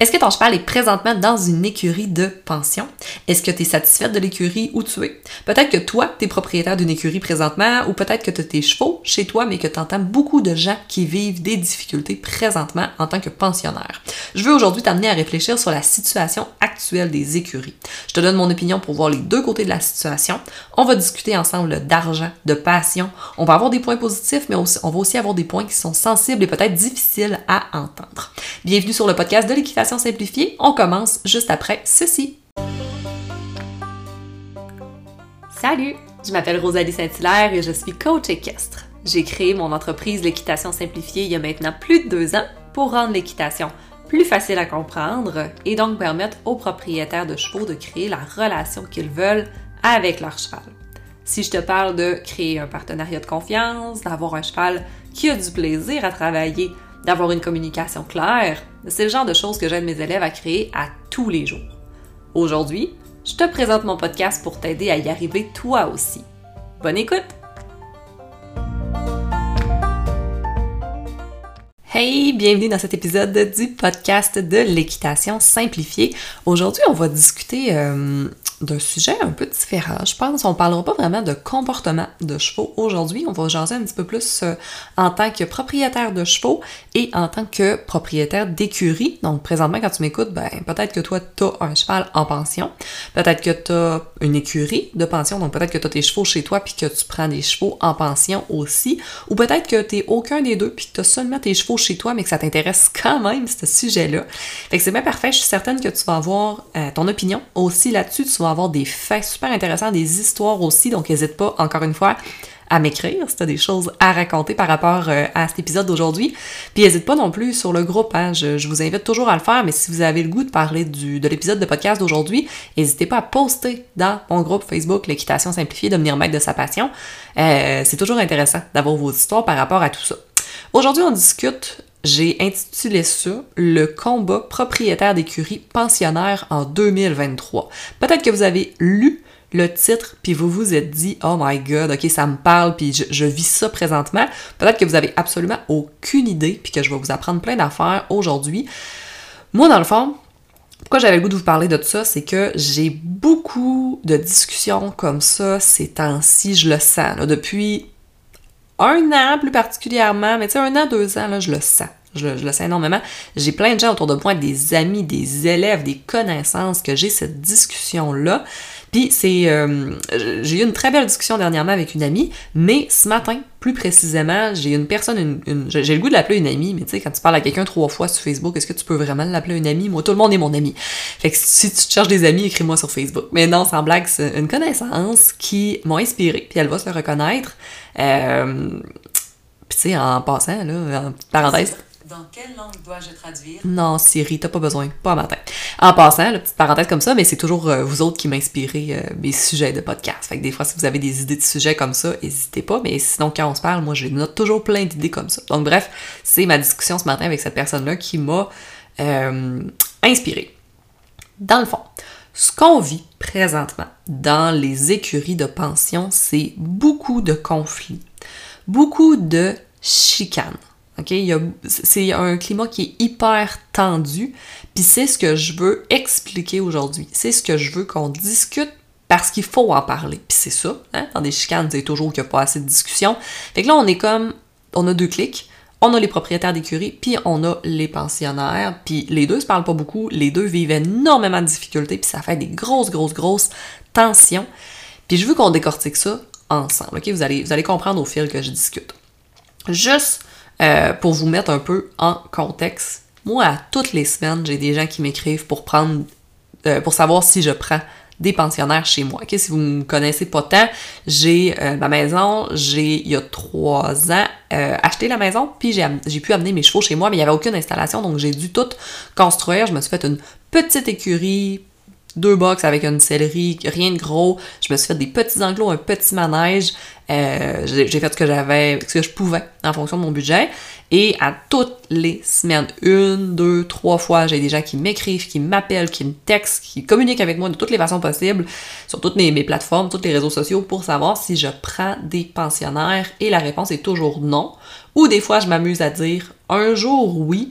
Est-ce que ton cheval est présentement dans une écurie de pension? Est-ce que tu es satisfaite de l'écurie où tu es? Peut-être que toi, tu es propriétaire d'une écurie présentement, ou peut-être que tu as tes chevaux chez toi, mais que tu entends beaucoup de gens qui vivent des difficultés présentement en tant que pensionnaire. Je veux aujourd'hui t'amener à réfléchir sur la situation actuelle des écuries. Je te donne mon opinion pour voir les deux côtés de la situation. On va discuter ensemble d'argent, de passion. On va avoir des points positifs, mais on va aussi avoir des points qui sont sensibles et peut-être difficiles à entendre. Bienvenue sur le podcast de l'équitation simplifiée. On commence juste après ceci. Salut! Je m'appelle Rosalie Saint-Hilaire et je suis coach équestre. J'ai créé mon entreprise L'équitation simplifiée il y a maintenant plus de 2 ans pour rendre l'équitation plus facile à comprendre et donc permettre aux propriétaires de chevaux de créer la relation qu'ils veulent avec leur cheval. Si je te parle de créer un partenariat de confiance, d'avoir un cheval qui a du plaisir à travailler, d'avoir une communication claire, c'est le genre de choses que j'aide mes élèves à créer à tous les jours. Aujourd'hui, je te présente mon podcast pour t'aider à y arriver toi aussi. Bonne écoute! Hey, bienvenue dans cet épisode du podcast de l'équitation simplifiée. Aujourd'hui, on va discuter d'un sujet un peu différent. Je pense qu'on ne parlera pas vraiment de comportement de chevaux aujourd'hui. On va jaser un petit peu plus en tant que propriétaire de chevaux et en tant que propriétaire d'écurie. Donc, présentement, quand tu m'écoutes, peut-être que toi, tu as un cheval en pension. Peut-être que tu as une écurie de pension. Donc, peut-être que tu as tes chevaux chez toi puis que tu prends des chevaux en pension aussi. Ou peut-être que tu n'es aucun des deux puis que tu as seulement tes chevaux chez toi, mais que ça t'intéresse quand même, ce sujet-là. Fait que c'est bien parfait. Je suis certaine que tu vas avoir ton opinion aussi là-dessus. Tu vas avoir des faits super intéressants, des histoires aussi. Donc, n'hésite pas, encore une fois, à m'écrire si tu as des choses à raconter par rapport à cet épisode d'aujourd'hui. Puis, n'hésite pas non plus sur le groupe. Hein, je vous invite toujours à le faire, mais si vous avez le goût de parler de l'épisode de podcast d'aujourd'hui, n'hésitez pas à poster dans mon groupe Facebook L'équitation simplifiée, devenir maître de sa passion. C'est toujours intéressant d'avoir vos histoires par rapport à tout ça. Aujourd'hui, on discute, j'ai intitulé ça « Le combat propriétaire d'écurie pensionnaire en 2023 ». Peut-être que vous avez lu le titre, puis vous vous êtes dit « Oh my God, ok, ça me parle, puis je vis ça présentement ». Peut-être que vous avez absolument aucune idée, puis que je vais vous apprendre plein d'affaires aujourd'hui. Moi, dans le fond, pourquoi j'avais le goût de vous parler de tout ça, c'est que j'ai beaucoup de discussions comme ça ces temps-ci, je le sens, là, depuis 1 an plus particulièrement, mais tu sais, 1 an, 2 ans, là, je le sens. Je le sens énormément. J'ai plein de gens autour de moi, des amis, des élèves, des connaissances, que j'ai cette discussion-là. Puis j'ai eu une très belle discussion dernièrement avec une amie, mais ce matin, plus précisément, j'ai une personne, j'ai le goût de l'appeler une amie, mais tu sais, quand tu parles à quelqu'un 3 fois sur Facebook, est-ce que tu peux vraiment l'appeler une amie? Moi, tout le monde est mon ami. Fait que si tu cherches des amis, écris-moi sur Facebook. Mais non, sans blague, c'est une connaissance qui m'a inspirée, puis elle va se le reconnaître. Puis tu sais, en passant, là, en petite parenthèse... Dans quelle langue dois-je traduire? Non, Siri, t'as pas besoin, pas matin. En passant, la petite parenthèse comme ça, mais c'est toujours vous autres qui m'inspirez mes sujets de podcast. Fait que des fois, si vous avez des idées de sujets comme ça, n'hésitez pas. Mais sinon, quand on se parle, moi, je note toujours plein d'idées comme ça. Donc bref, c'est ma discussion ce matin avec cette personne-là qui m'a inspirée. Dans le fond, ce qu'on vit présentement dans les écuries de pension, c'est beaucoup de conflits, beaucoup de chicanes. Okay? C'est un climat qui est hyper tendu, puis c'est ce que je veux expliquer aujourd'hui. C'est ce que je veux qu'on discute parce qu'il faut en parler. Puis c'est ça, hein? Dans des chicanes, c'est toujours qu'il n'y a pas assez de discussion. Fait que là, on a 2 clics. On a les propriétaires d'écurie, puis on a les pensionnaires, puis les deux se parlent pas beaucoup, les deux vivent énormément de difficultés, puis ça fait des grosses tensions. Puis je veux qu'on décortique ça ensemble, ok? Vous allez comprendre au fil que je discute. Juste pour vous mettre un peu en contexte, moi, à toutes les semaines, j'ai des gens qui m'écrivent pour savoir si je prends des pensionnaires chez moi. Okay? Si vous ne me connaissez pas tant, j'ai ma maison, il y a 3 ans, acheté la maison, puis j'ai pu amener mes chevaux chez moi, mais il n'y avait aucune installation, donc j'ai dû tout construire. Je me suis fait une petite écurie, 2 box avec une sellerie, rien de gros. Je me suis fait des petits enclos, un petit manège. J'ai fait ce que je pouvais en fonction de mon budget. Et à toutes les semaines, 1, 2, 3 fois, j'ai des gens qui m'écrivent, qui m'appellent, qui me textent, qui communiquent avec moi de toutes les façons possibles, sur toutes mes plateformes, tous les réseaux sociaux, pour savoir si je prends des pensionnaires. Et la réponse est toujours non. Ou des fois, je m'amuse à dire un jour oui,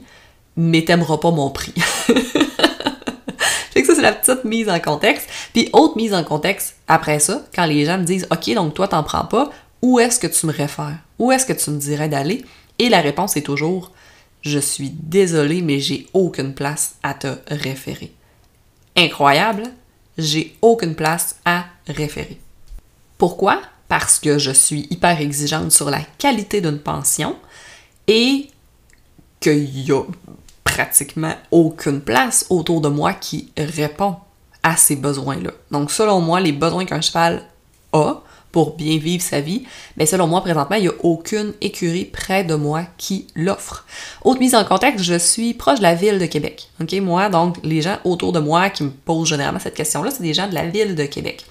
mais t'aimeras pas mon prix. Fait que ça, c'est la petite mise en contexte. Puis autre mise en contexte, après ça, quand les gens me disent « Ok, donc toi, t'en prends pas, où est-ce que tu me réfères? Où est-ce que tu me dirais d'aller? » Et la réponse est toujours « Je suis désolée, mais j'ai aucune place à te référer. » Incroyable, j'ai aucune place à référer. Pourquoi? Parce que je suis hyper exigeante sur la qualité d'une pension et qu'il y a pratiquement aucune place autour de moi qui répond à ces besoins-là. Donc, selon moi, les besoins qu'un cheval a pour bien vivre sa vie, mais selon moi, présentement, il n'y a aucune écurie près de moi qui l'offre. Autre mise en contexte, je suis proche de la ville de Québec. OK, moi, donc, les gens autour de moi qui me posent généralement cette question-là, c'est des gens de la ville de Québec.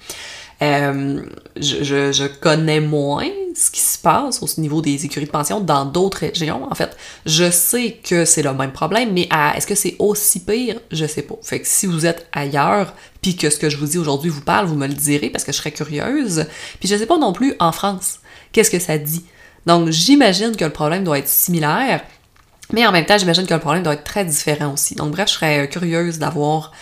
Je connais moins ce qui se passe au niveau des écuries de pension dans d'autres régions. En fait, je sais que c'est le même problème, mais est-ce que c'est aussi pire? Je sais pas. Fait que si vous êtes ailleurs, puis que ce que je vous dis aujourd'hui vous parle, vous me le direz parce que je serais curieuse. Puis je sais pas non plus en France, qu'est-ce que ça dit. Donc j'imagine que le problème doit être similaire, mais en même temps, j'imagine que le problème doit être très différent aussi. Donc bref, je serais curieuse d'avoir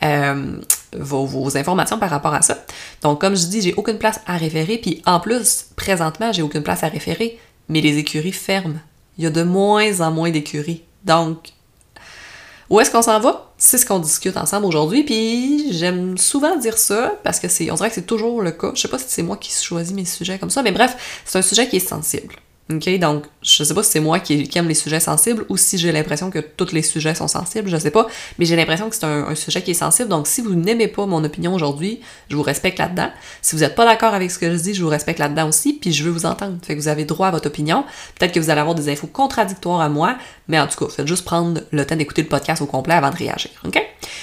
vos informations par rapport à ça. Donc, comme je dis, j'ai aucune place à référer, puis en plus, présentement, j'ai aucune place à référer, mais les écuries ferment. Il y a de moins en moins d'écuries. Donc, où est-ce qu'on s'en va? C'est ce qu'on discute ensemble aujourd'hui, puis j'aime souvent dire ça, parce que on dirait que c'est toujours le cas. Je sais pas si c'est moi qui choisis mes sujets comme ça, mais bref, c'est un sujet qui est sensible. OK? Donc, je sais pas si c'est moi qui aime les sujets sensibles ou si j'ai l'impression que tous les sujets sont sensibles, je sais pas, mais j'ai l'impression que c'est un sujet qui est sensible. Donc, si vous n'aimez pas mon opinion aujourd'hui, je vous respecte là-dedans. Si vous n'êtes pas d'accord avec ce que je dis, je vous respecte là-dedans aussi, puis je veux vous entendre. Fait que vous avez droit à votre opinion. Peut-être que vous allez avoir des infos contradictoires à moi, mais en tout cas, faites juste prendre le temps d'écouter le podcast au complet avant de réagir. OK?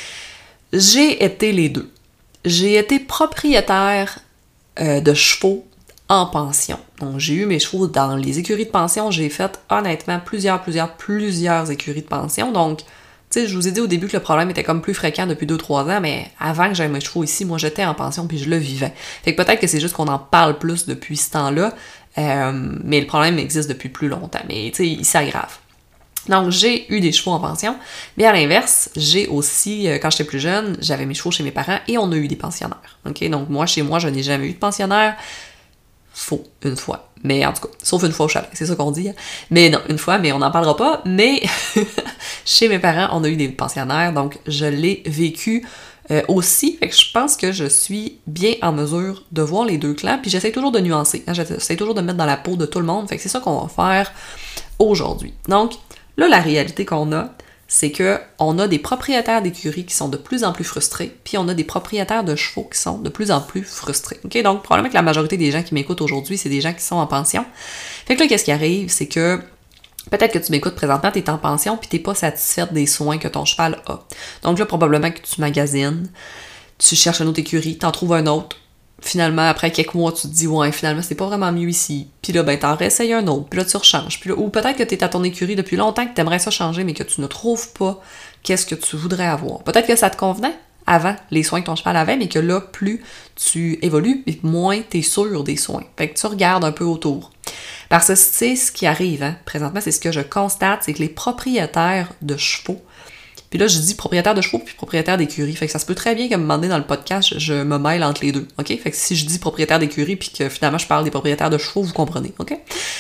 J'ai été les deux. J'ai été propriétaire de chevaux en pension. Donc, j'ai eu mes chevaux dans les écuries de pension. J'ai fait, honnêtement, plusieurs écuries de pension. Donc, tu sais, je vous ai dit au début que le problème était comme plus fréquent depuis 2-3 ans, mais avant que j'aie mes chevaux ici, moi, j'étais en pension puis je le vivais. Fait que peut-être que c'est juste qu'on en parle plus depuis ce temps-là, mais le problème existe depuis plus longtemps. Mais, tu sais, il s'aggrave. Donc, j'ai eu des chevaux en pension, mais à l'inverse, j'ai aussi, quand j'étais plus jeune, j'avais mes chevaux chez mes parents et on a eu des pensionnaires. OK? Donc, moi, chez moi, je n'ai jamais eu de pensionnaire. Faux, une fois. Mais en tout cas, sauf une fois au chalet, c'est ça qu'on dit. Hein? Mais non, une fois, mais on n'en parlera pas. Mais chez mes parents, on a eu des pensionnaires, donc je l'ai vécu aussi. Fait que je pense que je suis bien en mesure de voir les deux clans, puis j'essaie toujours de nuancer. Hein? J'essaie toujours de me mettre dans la peau de tout le monde. Fait que c'est ça qu'on va faire aujourd'hui. Donc, là, la réalité qu'on a, c'est que on a des propriétaires d'écuries qui sont de plus en plus frustrés, puis on a des propriétaires de chevaux qui sont de plus en plus frustrés. OK? Donc, probablement que la majorité des gens qui m'écoutent aujourd'hui, c'est des gens qui sont en pension. Fait que là, qu'est-ce qui arrive? C'est que peut-être que tu m'écoutes présentement, tu es en pension, puis tu n'es pas satisfaite des soins que ton cheval a. Donc là, probablement que tu magasines, tu cherches une autre écurie, tu en trouves un autre. Finalement, après quelques mois, tu te dis « Ouais, finalement, c'est pas vraiment mieux ici. » Puis là, ben, t'en réessayes un autre. Puis là, tu rechanges. Puis là, ou peut-être que t'es à ton écurie depuis longtemps, que t'aimerais ça changer, mais que tu ne trouves pas qu'est-ce que tu voudrais avoir. Peut-être que ça te convenait avant, les soins que ton cheval avait, mais que là, plus tu évolues, et moins t'es sûr des soins. Fait que tu regardes un peu autour. Parce que c'est ce qui arrive, hein. Présentement, c'est ce que je constate, c'est que les propriétaires de chevaux, puis là, je dis propriétaire de chevaux puis propriétaire d'écurie. Fait que ça se peut très bien qu'à un moment donné dans le podcast, je me mêle entre les deux. OK? Fait que si je dis propriétaire d'écurie puis que finalement je parle des propriétaires de chevaux, vous comprenez. OK?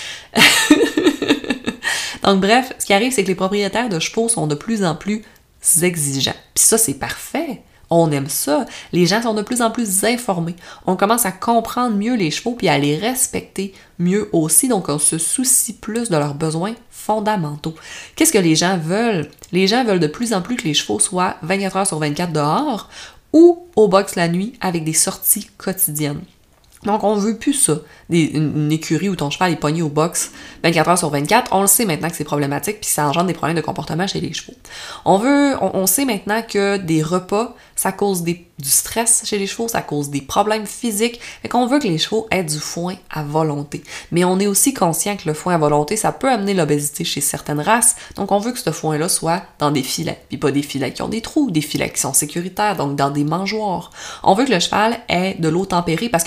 Donc bref, ce qui arrive, c'est que les propriétaires de chevaux sont de plus en plus exigeants. Puis ça, c'est parfait. On aime ça. Les gens sont de plus en plus informés. On commence à comprendre mieux les chevaux puis à les respecter mieux aussi. Donc, on se soucie plus de leurs besoins fondamentaux. Qu'est-ce que les gens veulent? Les gens veulent de plus en plus que les chevaux soient 24 heures sur 24 dehors ou au box la nuit avec des sorties quotidiennes. Donc, on veut plus ça, une écurie où ton cheval est pogné au box 24 heures sur 24. On le sait maintenant que c'est problématique puis ça engendre des problèmes de comportement chez les chevaux. On sait maintenant que des repas, ça cause du stress chez les chevaux, ça cause des problèmes physiques. Fait qu'on veut que les chevaux aient du foin à volonté. Mais on est aussi conscient que le foin à volonté, ça peut amener l'obésité chez certaines races. Donc, on veut que ce foin-là soit dans des filets. Puis pas des filets qui ont des trous, des filets qui sont sécuritaires, donc dans des mangeoires. On veut que le cheval ait de l'eau tempérée parce que maintenant, on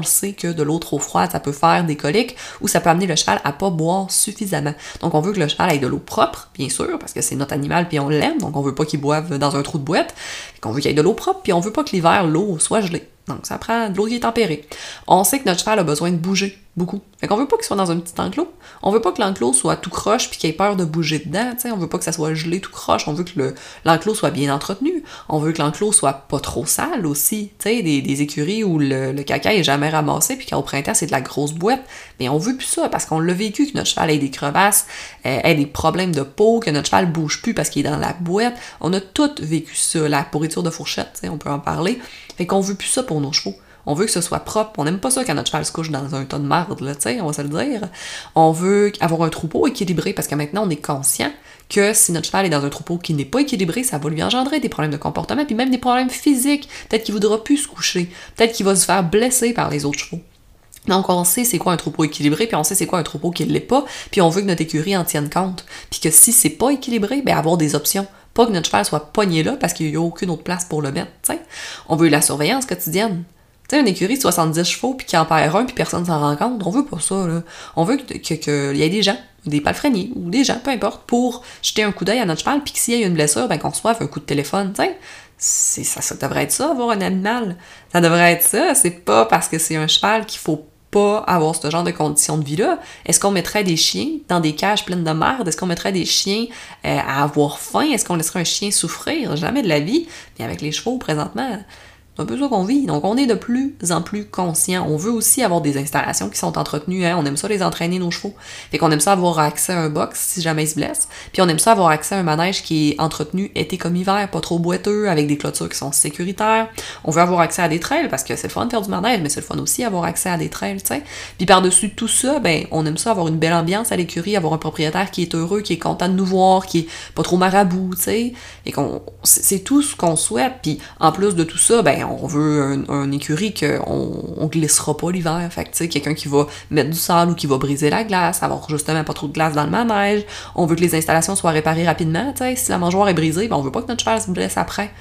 le sait que de l'eau trop froide, ça peut faire des coliques ou ça peut amener le cheval à pas boire suffisamment. Donc on veut que le cheval ait de l'eau propre, bien sûr, parce que c'est notre animal puis on l'aime, donc on veut pas qu'il boive dans un trou de boîte, qu'on veut qu'il ait de l'eau propre, puis on veut pas que l'hiver, l'eau soit gelée. Donc ça prend de l'eau qui est tempérée. On sait que notre cheval a besoin de bouger beaucoup. Fait qu'on veut pas qu'il soit dans un petit enclos. On veut pas que l'enclos soit tout croche puis qu'il ait peur de bouger dedans, tu sais. On veut pas que ça soit gelé tout croche. On veut que l'enclos soit bien entretenu. On veut que l'enclos soit pas trop sale aussi. Tu sais, des écuries où le caca est jamais ramassé puis qu'au printemps c'est de la grosse boîte. Mais on veut plus ça parce qu'on l'a vécu que notre cheval ait des crevasses, ait des problèmes de peau, que notre cheval bouge plus parce qu'il est dans la boîte. On a tout vécu ça. La pourriture de fourchette, tu sais, on peut en parler. Fait qu'on veut plus ça pour nos chevaux. On veut que ce soit propre. On n'aime pas ça quand notre cheval se couche dans un tas de marde, là, tu sais, on va se le dire. On veut avoir un troupeau équilibré parce que maintenant, on est conscient que si notre cheval est dans un troupeau qui n'est pas équilibré, ça va lui engendrer des problèmes de comportement, puis même des problèmes physiques. Peut-être qu'il voudra plus se coucher. Peut-être qu'il va se faire blesser par les autres chevaux. Donc, on sait c'est quoi un troupeau équilibré, puis on sait c'est quoi un troupeau qui ne l'est pas, puis on veut que notre écurie en tienne compte. Puis que si c'est pas équilibré, ben avoir des options. Pas que notre cheval soit pogné là parce qu'il n'y a aucune autre place pour le mettre, tu sais. On veut la surveillance quotidienne. Tu sais, une écurie de 70 chevaux puis qui en perd un puis personne s'en rend compte, on veut pas ça, là. On veut qu'il y ait des gens, des palefreniers ou des gens, peu importe, pour jeter un coup d'œil à notre cheval puis que s'il y a une blessure, ben qu'on reçoive un coup de téléphone, tu sais. Ça devrait être ça, avoir un animal. Ça devrait être ça. C'est pas parce que c'est un cheval qu'il faut pas avoir ce genre de conditions de vie-là. Est-ce qu'on mettrait des chiens dans des cages pleines de merde? Est-ce qu'on mettrait des chiens à avoir faim? Est-ce qu'on laisserait un chien souffrir? Jamais de la vie. Mais avec les chevaux, présentement, c'est un peu ça qu'on vit. Donc, on est de plus en plus conscient. On veut aussi avoir des installations qui sont entretenues. Hein? On aime ça les entraîner, nos chevaux. Fait qu'on aime ça avoir accès à un box si jamais ils se blessent. Puis on aime ça avoir accès à un manège qui est entretenu été comme hiver, pas trop boiteux, avec des clôtures qui sont sécuritaires. On veut avoir accès à des trails parce que c'est le fun de faire du manège, mais c'est le fun aussi avoir accès à des trails, tu sais. Puis par-dessus tout ça, ben, on aime ça avoir une belle ambiance à l'écurie, avoir un propriétaire qui est heureux, qui est content de nous voir, qui est pas trop marabout, tu sais. Et c'est tout ce qu'on souhaite. Puis en plus de tout ça, ben, on veut un écurie qu'on glissera pas l'hiver. Fait que, tu sais, quelqu'un qui va mettre du sable ou qui va briser la glace, avoir justement pas trop de glace dans le manège. On veut que les installations soient réparées rapidement, tu sais. Si la mangeoire est brisée, ben, on veut pas que notre cheval se blesse après.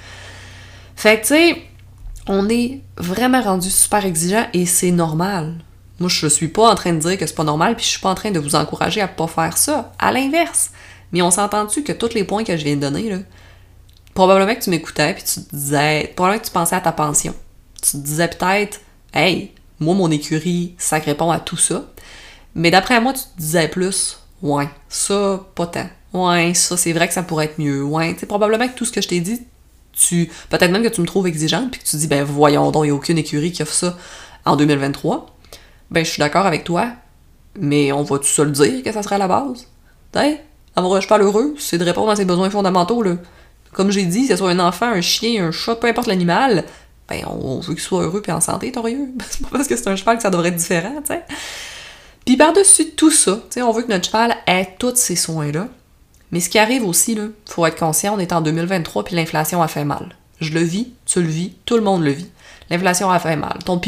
Fait que, tu sais, on est vraiment rendu super exigeant et c'est normal. Moi, je suis pas en train de dire que c'est pas normal, puis je suis pas en train de vous encourager à pas faire ça. À l'inverse. Mais on s'entend-tu que tous les points que je viens de donner, là, probablement que tu m'écoutais, puis tu te disais, probablement que tu pensais à ta pension. Tu te disais peut-être, hey, moi, mon écurie, ça répond à tout ça. Mais d'après moi, tu te disais plus, ouais, ça, pas tant. Ouais, ça, c'est vrai que ça pourrait être mieux. Ouais, tu sais, probablement que tout ce que je t'ai dit, peut-être même que tu me trouves exigeante, puis que tu dis, ben voyons donc, il n'y a aucune écurie qui offre ça en 2023. Ben, je suis d'accord avec toi, mais on va-tu se le dire que ça serait à la base? T'sais, avoir un cheval heureux, c'est de répondre à ses besoins fondamentaux, là. Comme j'ai dit, que ce soit un enfant, un chien, un chat, peu importe l'animal, ben on veut qu'il soit heureux et en santé, torieux. C'est pas parce que c'est un cheval que ça devrait être différent, tu sais. Puis par-dessus tout ça, tu sais, on veut que notre cheval ait tous ces soins-là. Mais ce qui arrive aussi, là, faut être conscient, on est en 2023 puis l'inflation a fait mal. Je le vis, tu le vis, tout le monde le vit. L'inflation a fait mal. Ton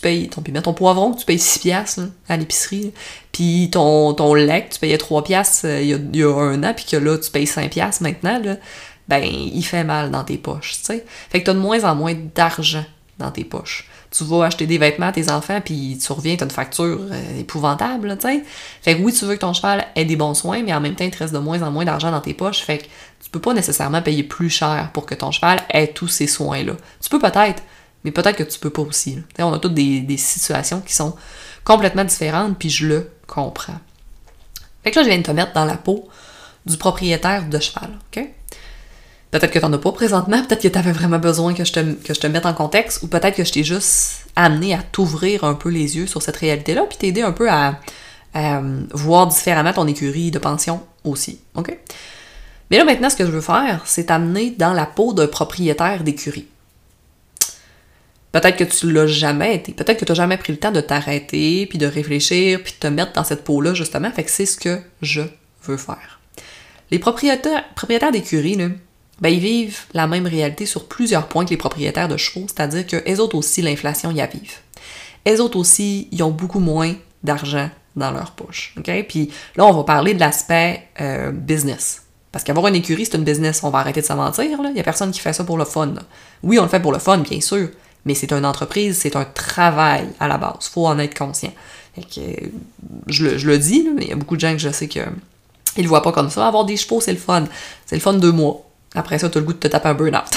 poivron que tu payes 6 piastres là, à l'épicerie, puis ton lait que tu payais 3 piastres il y a un an, puis que là, tu payes 5 piastres maintenant, là, ben, il fait mal dans tes poches, tu sais. Fait que t'as de moins en moins d'argent dans tes poches. Tu vas acheter des vêtements à tes enfants, puis tu reviens, t'as une facture épouvantable, tu sais. Fait que oui, tu veux que ton cheval ait des bons soins, mais en même temps, il te reste de moins en moins d'argent dans tes poches, fait que tu peux pas nécessairement payer plus cher pour que ton cheval ait tous ces soins-là. Tu peux peut-être, mais peut-être que tu peux pas aussi. On a toutes des situations qui sont complètement différentes, puis je le comprends. Fait que là, je viens de te mettre dans la peau du propriétaire de cheval, OK? Peut-être que t'en as pas présentement, peut-être que t'avais vraiment besoin que je te mette en contexte, ou peut-être que je t'ai juste amené à t'ouvrir un peu les yeux sur cette réalité-là, puis t'aider un peu à voir différemment ton écurie de pension aussi, OK? Mais là, maintenant, ce que je veux faire, c'est t'amener dans la peau d'un propriétaire d'écurie. Peut-être que tu l'as jamais été, peut-être que tu n'as jamais pris le temps de t'arrêter, puis de réfléchir, puis de te mettre dans cette peau-là, justement, fait que c'est ce que je veux faire. Les propriétaires d'écurie, là, ben, ils vivent la même réalité sur plusieurs points que les propriétaires de chevaux, c'est-à-dire qu'eux autres aussi, l'inflation y a vivent. Eux autres aussi, ils ont beaucoup moins d'argent dans leur poche, OK? Puis là, on va parler de l'aspect business. Parce qu'avoir une écurie, c'est une business. On va arrêter de se mentir, là. Il y a personne qui fait ça pour le fun, là. Oui, on le fait pour le fun, bien sûr, mais c'est une entreprise, c'est un travail à la base. Faut en être conscient. Fait que, je le dis, là, mais il y a beaucoup de gens que je sais que ils le voient pas comme ça. Avoir des chevaux, c'est le fun. C'est le fun 2 mois. Après ça, t'as le goût de te taper un burn-out.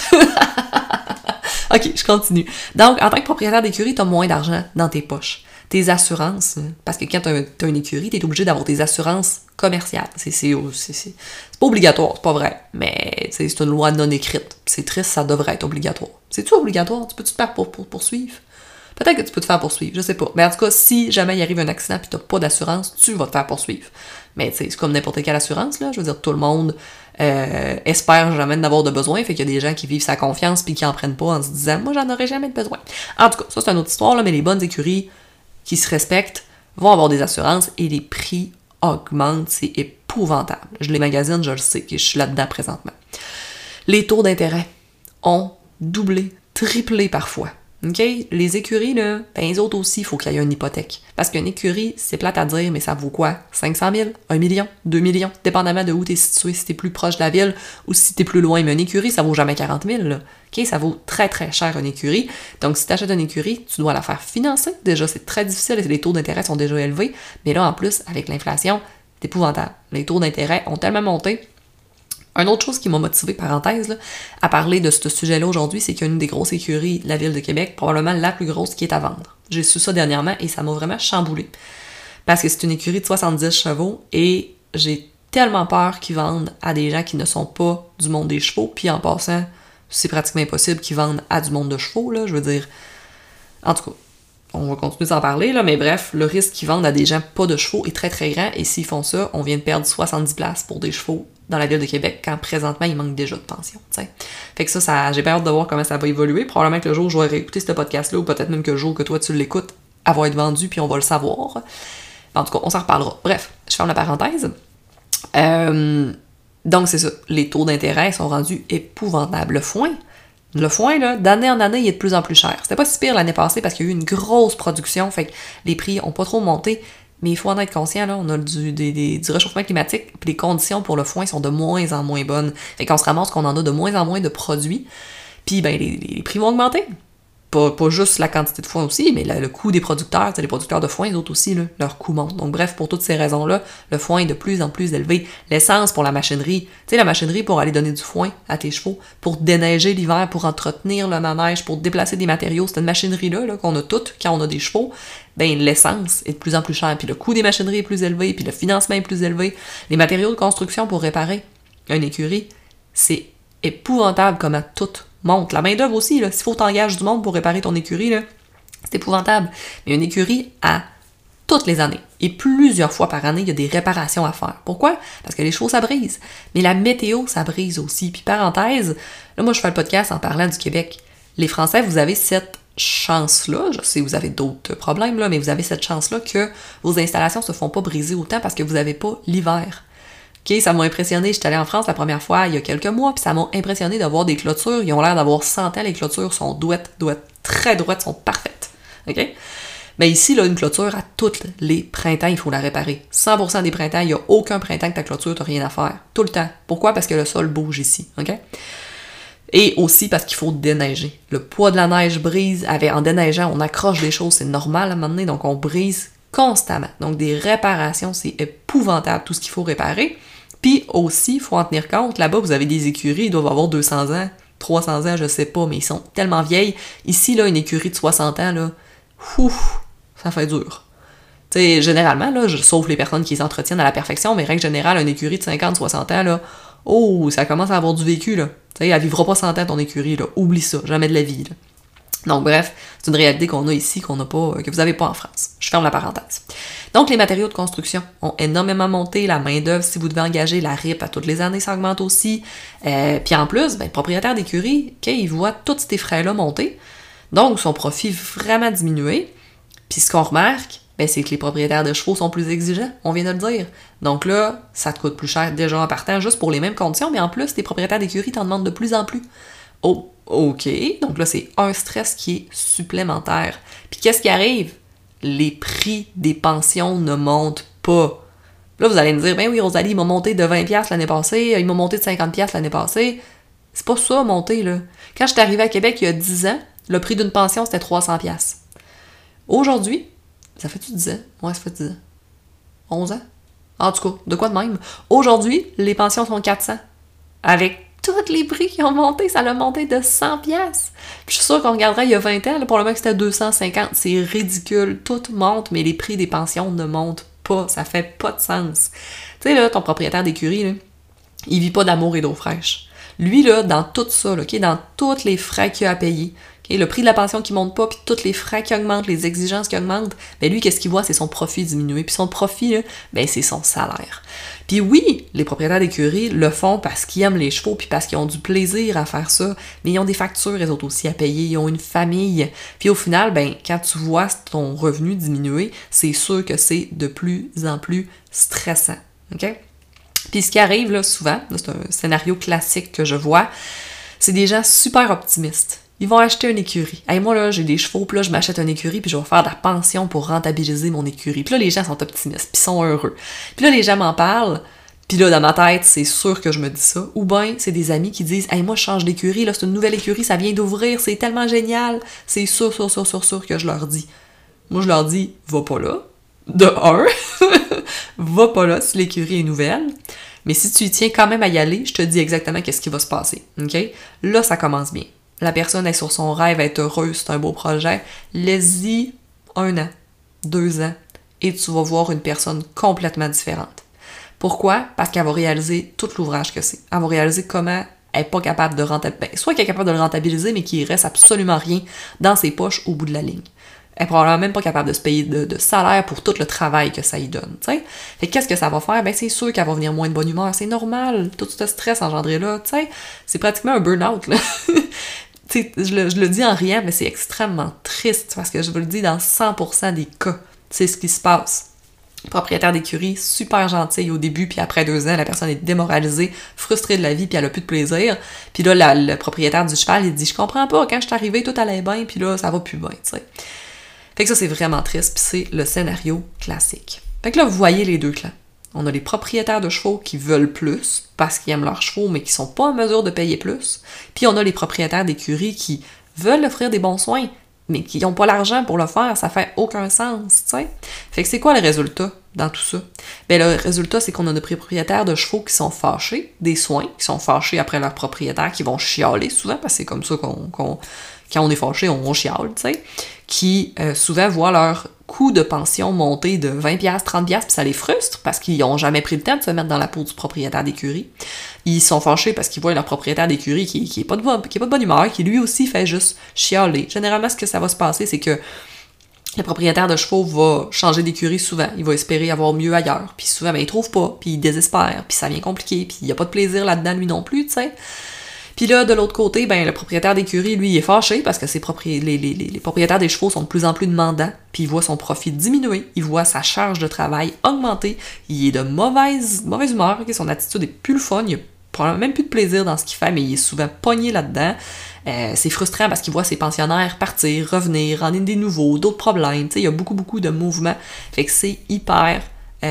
Ok, je continue. Donc, en tant que propriétaire d'écurie, t'as moins d'argent dans tes poches. Tes assurances, parce que quand t'as une écurie, t'es obligé d'avoir des assurances commerciales. C'est pas obligatoire, c'est pas vrai, mais c'est une loi non écrite. C'est triste, ça devrait être obligatoire. C'est-tu obligatoire? Tu peux-tu te faire poursuivre? Peut-être que tu peux te faire poursuivre, je sais pas. Mais en tout cas, si jamais il arrive un accident et t'as pas d'assurance, tu vas te faire poursuivre. Mais c'est comme n'importe quelle assurance, là. Je veux dire, tout le monde espère jamais d'avoir de besoin, fait qu'il y a des gens qui vivent sa confiance puis qui en prennent pas en se disant « Moi, j'en aurais jamais de besoin. » En tout cas, ça c'est une autre histoire, là, mais les bonnes écuries qui se respectent vont avoir des assurances et les prix augmentent, c'est épouvantable. Je les magasine, je le sais, que je suis là-dedans présentement. Les taux d'intérêt ont doublé, triplé parfois. OK? Les écuries, là, ben les autres aussi, il faut qu'il y ait une hypothèque. Parce qu'une écurie, c'est plate à dire, mais ça vaut quoi? 500 000? 1 million? 2 millions? Dépendamment de où t'es situé, si t'es plus proche de la ville ou si t'es plus loin. Mais une écurie, ça vaut jamais 40 000, là. OK? Ça vaut très, très cher une écurie. Donc, si t'achètes une écurie, tu dois la faire financer. Déjà, c'est très difficile, les taux d'intérêt sont déjà élevés. Mais là, en plus, avec l'inflation, c'est épouvantable. Les taux d'intérêt ont tellement monté. Une autre chose qui m'a motivée, parenthèse, là, à parler de ce sujet-là aujourd'hui, c'est qu'il y a une des grosses écuries de la ville de Québec, probablement la plus grosse, qui est à vendre. J'ai su ça dernièrement et ça m'a vraiment chamboulée. Parce que c'est une écurie de 70 chevaux et j'ai tellement peur qu'ils vendent à des gens qui ne sont pas du monde des chevaux, puis en passant, c'est pratiquement impossible qu'ils vendent à du monde de chevaux, là, je veux dire. En tout cas, on va continuer d'en parler, là, mais bref, le risque qu'ils vendent à des gens pas de chevaux est très très grand et s'ils font ça, on vient de perdre 70 places pour des chevaux dans la ville de Québec, quand présentement, il manque déjà de pension, t'sais. Fait que ça, j'ai pas hâte de voir comment ça va évoluer. Probablement que le jour où je vais réécouter ce podcast-là, ou peut-être même que le jour que toi tu l'écoutes, elle va être vendue, puis on va le savoir. En tout cas, on s'en reparlera. Bref, je ferme la parenthèse. Donc, c'est ça. Les taux d'intérêt sont rendus épouvantables. Le foin, là, d'année en année, il est de plus en plus cher. C'était pas si pire l'année passée parce qu'il y a eu une grosse production, fait que les prix ont pas trop monté. Mais il faut en être conscient, là, on a du réchauffement climatique, puis les conditions pour le foin sont de moins en moins bonnes. Fait qu'on se ramasse qu'on en a de moins en moins de produits, puis ben les prix vont augmenter. Pas juste la quantité de foin aussi, mais le coût des producteurs, les producteurs de foin, les autres aussi, là, leur coût monte. Donc bref, pour toutes ces raisons-là, le foin est de plus en plus élevé. L'essence pour la machinerie, tu sais, la machinerie pour aller donner du foin à tes chevaux, pour déneiger l'hiver, pour entretenir le manège, pour déplacer des matériaux, cette machinerie-là là, qu'on a toutes quand on a des chevaux, ben l'essence est de plus en plus chère, puis le coût des machineries est plus élevé, puis le financement est plus élevé. Les matériaux de construction pour réparer une écurie, c'est épouvantable comment tout monte. La main-d'œuvre aussi, là, s'il faut t'engager du monde pour réparer ton écurie, là, c'est épouvantable. Mais une écurie, à toutes les années, et plusieurs fois par année, il y a des réparations à faire. Pourquoi? Parce que les chevaux, ça brise. Mais la météo, ça brise aussi. Puis parenthèse, là, moi, je fais le podcast en parlant du Québec. Les Français, vous avez cette chance-là, je sais, vous avez d'autres problèmes, là, mais vous avez cette chance-là que vos installations se font pas briser autant parce que vous n'avez pas l'hiver. OK, ça m'a impressionné. J'étais allée en France la première fois il y a quelques mois, puis ça m'a impressionné de voir des clôtures. Ils ont l'air d'avoir 100 ans. Les clôtures sont très droites, sont parfaites. OK? Mais ici, là, une clôture, à tous les printemps, il faut la réparer. 100% des printemps, il n'y a aucun printemps que ta clôture, tu n'as rien à faire. Tout le temps. Pourquoi? Parce que le sol bouge ici. OK? Et aussi parce qu'il faut déneiger. Le poids de la neige brise. En déneigeant, on accroche des choses, c'est normal à un moment donné, donc on brise constamment. Donc des réparations, c'est épouvantable, tout ce qu'il faut réparer. Puis aussi, il faut en tenir compte, là-bas, vous avez des écuries, ils doivent avoir 200 ans, 300 ans, je sais pas, mais ils sont tellement vieilles. Ici, là, une écurie de 60 ans, là, ça fait dur. Tu sais, généralement, là, sauf les personnes qui les entretiennent à la perfection, mais règle générale, une écurie de 50, 60 ans, là, ça commence à avoir du vécu, là. Tu sais, elle vivra pas 100 ans, ton écurie, là. Oublie ça, jamais de la vie, là. Donc bref, c'est une réalité qu'on a ici, qu'on n'a pas, que vous n'avez pas en France. Je ferme la parenthèse. Donc les matériaux de construction ont énormément monté, la main-d'œuvre, si vous devez engager la RIP à toutes les années, ça augmente aussi. Puis en plus, le propriétaire d'écurie, il voit tous ces frais-là monter, donc son profit vraiment diminuer. Puis ce qu'on remarque, c'est que les propriétaires de chevaux sont plus exigeants, on vient de le dire. Donc là, ça te coûte plus cher déjà en partant, juste pour les mêmes conditions, mais en plus, les propriétaires d'écurie t'en demandent de plus en plus. Oh, OK, donc là, c'est un stress qui est supplémentaire. Puis qu'est-ce qui arrive? Les prix des pensions ne montent pas. Là, vous allez me dire, ben oui, Rosalie, il m'a monté de 20$ l'année passée, il m'a monté de 50$ l'année passée. C'est pas ça, monter, là. Quand je suis arrivée à Québec il y a 10 ans, Le prix d'une pension, c'était 300$. Aujourd'hui, ça fait-tu 10 ans? Ouais, ça fait 10 ans. 11 ans? En tout cas, de quoi de même? Aujourd'hui, les pensions sont 400. Avec tous les prix qui ont monté, ça a monté de 100$. Puis je suis sûre qu'on regarderait il y a 20 ans, là, pour le moment que c'était 250. C'est ridicule. Tout monte, mais les prix des pensions ne montent pas. Ça fait pas de sens. Tu sais, là, ton propriétaire d'écurie, là, il vit pas d'amour et d'eau fraîche. Lui, là, dans tout ça, là, okay, dans tous les frais qu'il a à payer, okay, le prix de la pension qui monte pas, puis tous les frais qui augmentent, les exigences qui augmentent, ben lui, qu'est-ce qu'il voit? C'est son profit diminuer. Puis son profit, là, ben c'est son salaire. Puis oui, les propriétaires d'écurie le font parce qu'ils aiment les chevaux, puis parce qu'ils ont du plaisir à faire ça, mais ils ont des factures, eux autres aussi, à payer, ils ont une famille. Puis au final, ben quand tu vois ton revenu diminuer, c'est sûr que c'est de plus en plus stressant. OK? Puis ce qui arrive là souvent, là, c'est un scénario classique que je vois, c'est des gens super optimistes. Ils vont acheter une écurie. Hey, moi là, j'ai des chevaux, puis là je m'achète une écurie, puis je vais faire de la pension pour rentabiliser mon écurie. Puis là les gens sont optimistes, puis sont heureux. Puis là les gens m'en parlent, puis là dans ma tête, c'est sûr que je me dis ça. Ou bien c'est des amis qui disent hey, moi je change d'écurie, là c'est une nouvelle écurie, ça vient d'ouvrir, c'est tellement génial. C'est sûr que je leur dis. Moi je leur dis, va pas là. De un, va pas là si l'écurie est nouvelle. Mais si tu y tiens quand même à y aller, je te dis exactement qu'est-ce qui va se passer. OK? Là, ça commence bien. La personne est sur son rêve, elle est heureuse, c'est un beau projet. Laisse-y 1 an, 2 ans, et tu vas voir une personne complètement différente. Pourquoi? Parce qu'elle va réaliser tout l'ouvrage que c'est. Elle va réaliser comment elle n'est pas capable de rentabiliser. Soit qu'elle est capable de le rentabiliser, mais qu'il reste absolument rien dans ses poches au bout de la ligne. Elle est probablement même pas capable de se payer de salaire pour tout le travail que ça y donne, tu sais. Fait qu'est-ce que ça va faire? Ben, c'est sûr qu'elle va venir moins de bonne humeur. C'est normal. Tout ce stress engendré là, tu sais. C'est pratiquement un burn-out, là. Tu sais, je le dis en riant, mais c'est extrêmement triste parce que je vous le dis dans 100% des cas. C'est ce qui se passe. Propriétaire d'écurie, super gentil au début, puis après 2 ans, la personne est démoralisée, frustrée de la vie, puis elle a plus de plaisir. Puis là, le propriétaire du cheval, il dit « Je comprends pas, quand je suis arrivée, tout allait bien, puis là, ça va plus bien, tu sais. » Fait que ça, c'est vraiment triste, puis c'est le scénario classique. Fait que là, vous voyez les deux clans. On a les propriétaires de chevaux qui veulent plus, parce qu'ils aiment leurs chevaux, mais qui sont pas en mesure de payer plus. Puis on a les propriétaires d'écuries qui veulent offrir des bons soins, mais qui n'ont pas l'argent pour le faire, ça fait aucun sens, tu sais. Fait que c'est quoi le résultat dans tout ça? Ben le résultat, c'est qu'on a des propriétaires de chevaux qui sont fâchés, des soins, qui sont fâchés après leurs propriétaires, qui vont chialer souvent, parce que c'est comme ça quand on est fâché, on chiale, tu sais, qui souvent voient leur coût de pension monter de 20$, 30$, puis ça les frustre parce qu'ils n'ont jamais pris le temps de se mettre dans la peau du propriétaire d'écurie. Ils sont fâchés parce qu'ils voient leur propriétaire d'écurie qui est pas de bonne humeur, qui lui aussi fait juste chialer. Généralement, ce que ça va se passer, c'est que le propriétaire de chevaux va changer d'écurie souvent. Il va espérer avoir mieux ailleurs. Puis souvent, ben, il trouve pas, puis il désespère, puis ça devient compliqué, puis il n'y a pas de plaisir là-dedans lui non plus, tu sais. Puis là, de l'autre côté, ben le propriétaire d'écurie, lui, il est fâché parce que les propriétaires des chevaux sont de plus en plus demandants, puis il voit son profit diminuer, il voit sa charge de travail augmenter, il est de mauvaise humeur, okay? Son attitude est plus le fun, il a probablement même plus de plaisir dans ce qu'il fait, mais il est souvent pogné là-dedans. C'est frustrant parce qu'il voit ses pensionnaires partir, revenir, en des nouveaux, d'autres problèmes, tu sais, il y a beaucoup de mouvements, fait que c'est hyper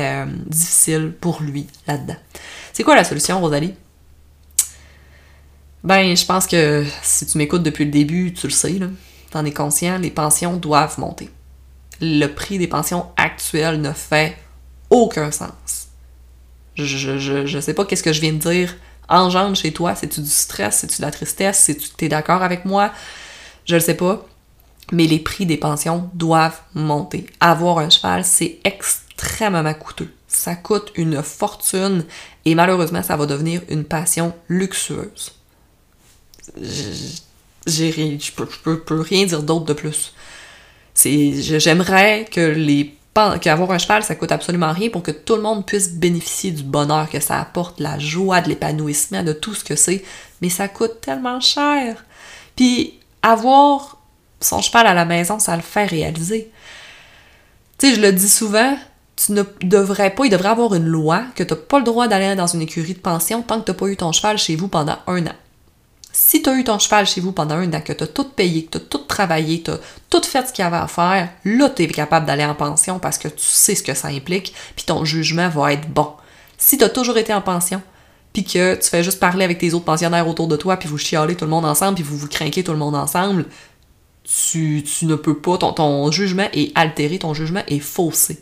difficile pour lui là-dedans. C'est quoi la solution, Rosalie? Ben, je pense que si tu m'écoutes depuis le début, tu le sais, là, t'en es conscient, les pensions doivent monter. Le prix des pensions actuelles ne fait aucun sens. Je sais pas qu'est-ce que je viens de dire engendre chez toi, c'est-tu du stress, c'est-tu de la tristesse, c'est-tu t'es d'accord avec moi, je le sais pas, mais les prix des pensions doivent monter. Avoir un cheval, c'est extrêmement coûteux. Ça coûte une fortune et malheureusement, ça va devenir une passion luxueuse. Je peux rien dire d'autre de plus. J'aimerais qu'avoir un cheval, ça coûte absolument rien pour que tout le monde puisse bénéficier du bonheur que ça apporte, la joie, de l'épanouissement, de tout ce que c'est. Mais ça coûte tellement cher. Puis avoir son cheval à la maison, ça le fait réaliser. Tu sais, je le dis souvent, il devrait avoir une loi que tu n'as pas le droit d'aller dans une écurie de pension tant que tu n'as pas eu ton cheval chez vous pendant 1 an. Si tu as eu ton cheval chez vous pendant 1 an, que tu as tout payé, que tu as tout travaillé, tu as tout fait ce qu'il y avait à faire, là, tu es capable d'aller en pension parce que tu sais ce que ça implique, puis ton jugement va être bon. Si tu as toujours été en pension, puis que tu fais juste parler avec tes autres pensionnaires autour de toi, puis vous chialez tout le monde ensemble, puis vous crinquez tout le monde ensemble, tu ne peux pas, ton jugement est altéré, ton jugement est faussé.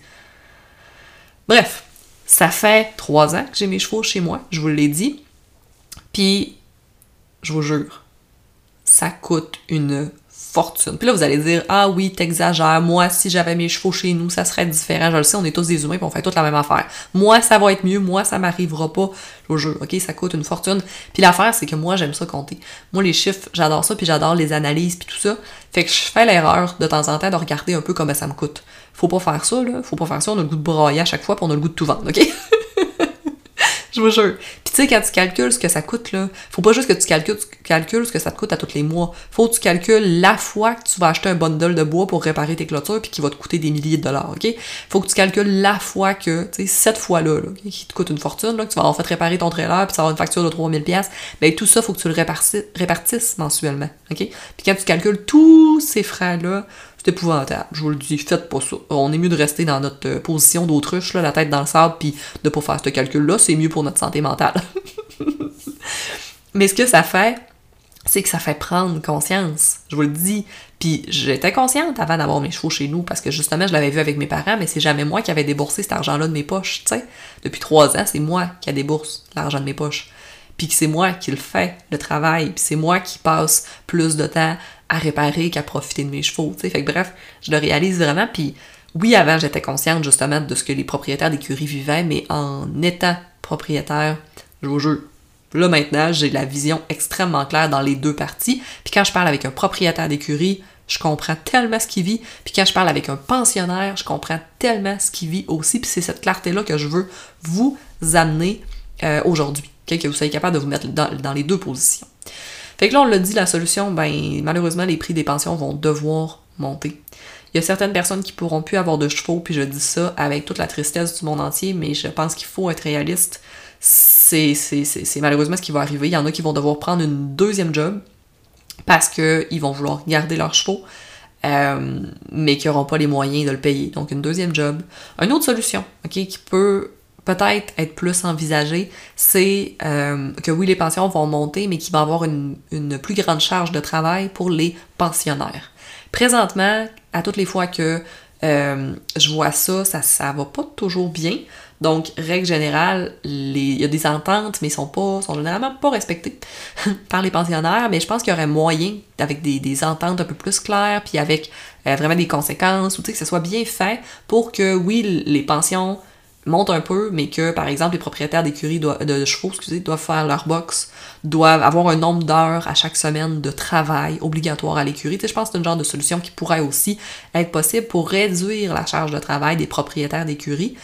Bref, ça fait 3 ans que j'ai mes chevaux chez moi, je vous l'ai dit, puis je vous jure, ça coûte une fortune. Puis là, vous allez dire, ah oui, t'exagères, moi, si j'avais mes chevaux chez nous, ça serait différent. Je le sais, on est tous des humains, puis on fait toute la même affaire. Moi, ça va être mieux, moi, ça m'arrivera pas. Je vous jure, ok, ça coûte une fortune. Puis l'affaire, c'est que moi, j'aime ça compter. Moi, les chiffres, j'adore ça, puis j'adore les analyses, puis tout ça. Fait que je fais l'erreur, de temps en temps, de regarder un peu comment ça me coûte. Faut pas faire ça, là. Faut pas faire ça, on a le goût de brailler à chaque fois, puis on a le goût de tout vendre, ok? Je vous jure. Puis tu sais, quand tu calcules ce que ça coûte, là, faut pas juste que tu calcules ce que ça te coûte à tous les mois. Faut que tu calcules la fois que tu vas acheter un bundle de bois pour réparer tes clôtures puis qui va te coûter des milliers de dollars, ok? Faut que tu calcules la fois que, tu sais, cette fois-là, là, okay, qui te coûte une fortune, là, que tu vas avoir fait réparer ton trailer puis tu vas avoir une facture de 3000$, ben tout ça, faut que tu le répartisses mensuellement, ok? Puis quand tu calcules tous ces frais-là, c'est épouvantable, je vous le dis, faites pas ça. On est mieux de rester dans notre position d'autruche, là, la tête dans le sable, puis de pas faire ce calcul-là, c'est mieux pour notre santé mentale. Mais ce que ça fait, c'est que ça fait prendre conscience, je vous le dis. Puis j'étais consciente avant d'avoir mes chevaux chez nous, parce que justement, je l'avais vu avec mes parents, mais c'est jamais moi qui avais déboursé cet argent-là de mes poches, tu sais. Depuis 3 ans, c'est moi qui débourse l'argent de mes poches. Puis que c'est moi qui le fais, le travail, puis c'est moi qui passe plus de temps à réparer qu'à profiter de mes chevaux, tu sais. Fait que bref, je le réalise vraiment, puis oui, avant, j'étais consciente justement de ce que les propriétaires d'écuries vivaient, mais en étant propriétaire, je vous jure, là maintenant, j'ai la vision extrêmement claire dans les deux parties, puis quand je parle avec un propriétaire d'écurie, je comprends tellement ce qu'il vit, puis quand je parle avec un pensionnaire, je comprends tellement ce qu'il vit aussi, puis c'est cette clarté-là que je veux vous amener aujourd'hui, okay? Que vous soyez capable de vous mettre dans les deux positions. Fait que là, on l'a dit, la solution, ben malheureusement, les prix des pensions vont devoir monter. Il y a certaines personnes qui pourront plus avoir de chevaux, puis je dis ça avec toute la tristesse du monde entier, mais je pense qu'il faut être réaliste. C'est malheureusement ce qui va arriver. Il y en a qui vont devoir prendre une deuxième job parce qu'ils vont vouloir garder leurs chevaux, mais qui n'auront pas les moyens de le payer. Donc, une deuxième job. Une autre solution, ok, qui peut peut-être être plus envisagée, c'est que oui, les pensions vont monter, mais qu'il va y avoir une plus grande charge de travail pour les pensionnaires. Présentement, à toutes les fois que je vois ça va pas toujours bien. Donc, règle générale, il y a des ententes, mais sont généralement pas respectées par les pensionnaires, mais je pense qu'il y aurait moyen, avec des ententes un peu plus claires, puis avec vraiment des conséquences, ou tu sais, que ce soit bien fait pour que, oui, les pensions montent un peu, mais que, par exemple, les propriétaires d'écuries de chevaux, doivent faire leur box, doivent avoir un nombre d'heures à chaque semaine de travail obligatoire à l'écurie. Tu sais, je pense que c'est une genre de solution qui pourrait aussi être possible pour réduire la charge de travail des propriétaires d'écuries.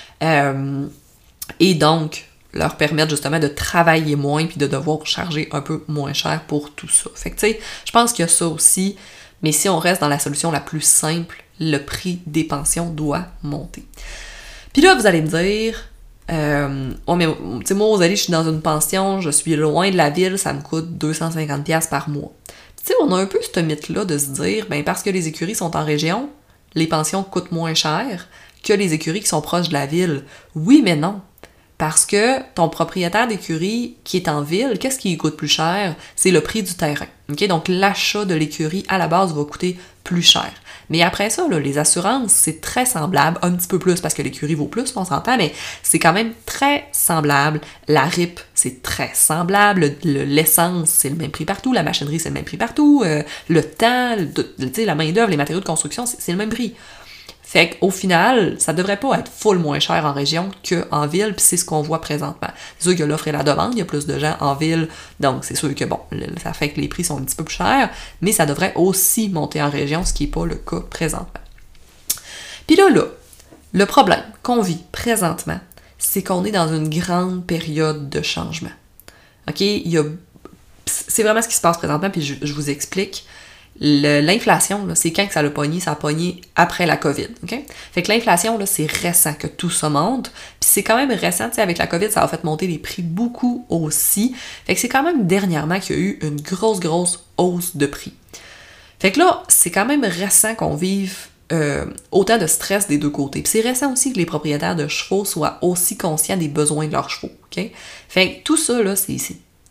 Et donc, leur permettre justement de travailler moins puis de devoir charger un peu moins cher pour tout ça. Fait que, tu sais, je pense qu'il y a ça aussi, mais si on reste dans la solution la plus simple, le prix des pensions doit monter. Puis là, vous allez me dire, oh, mais tu sais, moi, Rosalie, je suis dans une pension, je suis loin de la ville, ça me coûte 250$ par mois. Tu sais, on a un peu ce mythe-là de se dire, ben parce que les écuries sont en région, les pensions coûtent moins cher que les écuries qui sont proches de la ville. Oui, mais non. Parce que ton propriétaire d'écurie qui est en ville, qu'est-ce qui coûte plus cher? C'est le prix du terrain. Okay? Donc, l'achat de l'écurie, à la base, va coûter plus cher. Mais après ça, là, les assurances, c'est très semblable, un petit peu plus parce que l'écurie vaut plus, on s'entend, mais c'est quand même très semblable. La RIP, c'est très semblable. L'essence, c'est le même prix partout. La machinerie, c'est le même prix partout. Le temps, la main-d'œuvre, les matériaux de construction, c'est le même prix. Fait qu'au final, ça devrait pas être full moins cher en région qu'en ville, puis c'est ce qu'on voit présentement. C'est sûr que l'offre et la demande, il y a plus de gens en ville, donc c'est sûr que bon, ça fait que les prix sont un petit peu plus chers, mais ça devrait aussi monter en région, ce qui n'est pas le cas présentement. Puis là, le problème qu'on vit présentement, c'est qu'on est dans une grande période de changement. OK? C'est vraiment ce qui se passe présentement, puis je vous explique. L'inflation, là, c'est quand que ça a pogné après la COVID, ok? Fait que l'inflation, là, c'est récent que tout ça monte, puis c'est quand même récent, tu sais, avec la COVID, ça a fait monter les prix beaucoup aussi, fait que c'est quand même dernièrement qu'il y a eu une grosse hausse de prix. Fait que là, c'est quand même récent qu'on vive autant de stress des deux côtés. Puis c'est récent aussi que les propriétaires de chevaux soient aussi conscients des besoins de leurs chevaux, ok? Fait que tout ça, là,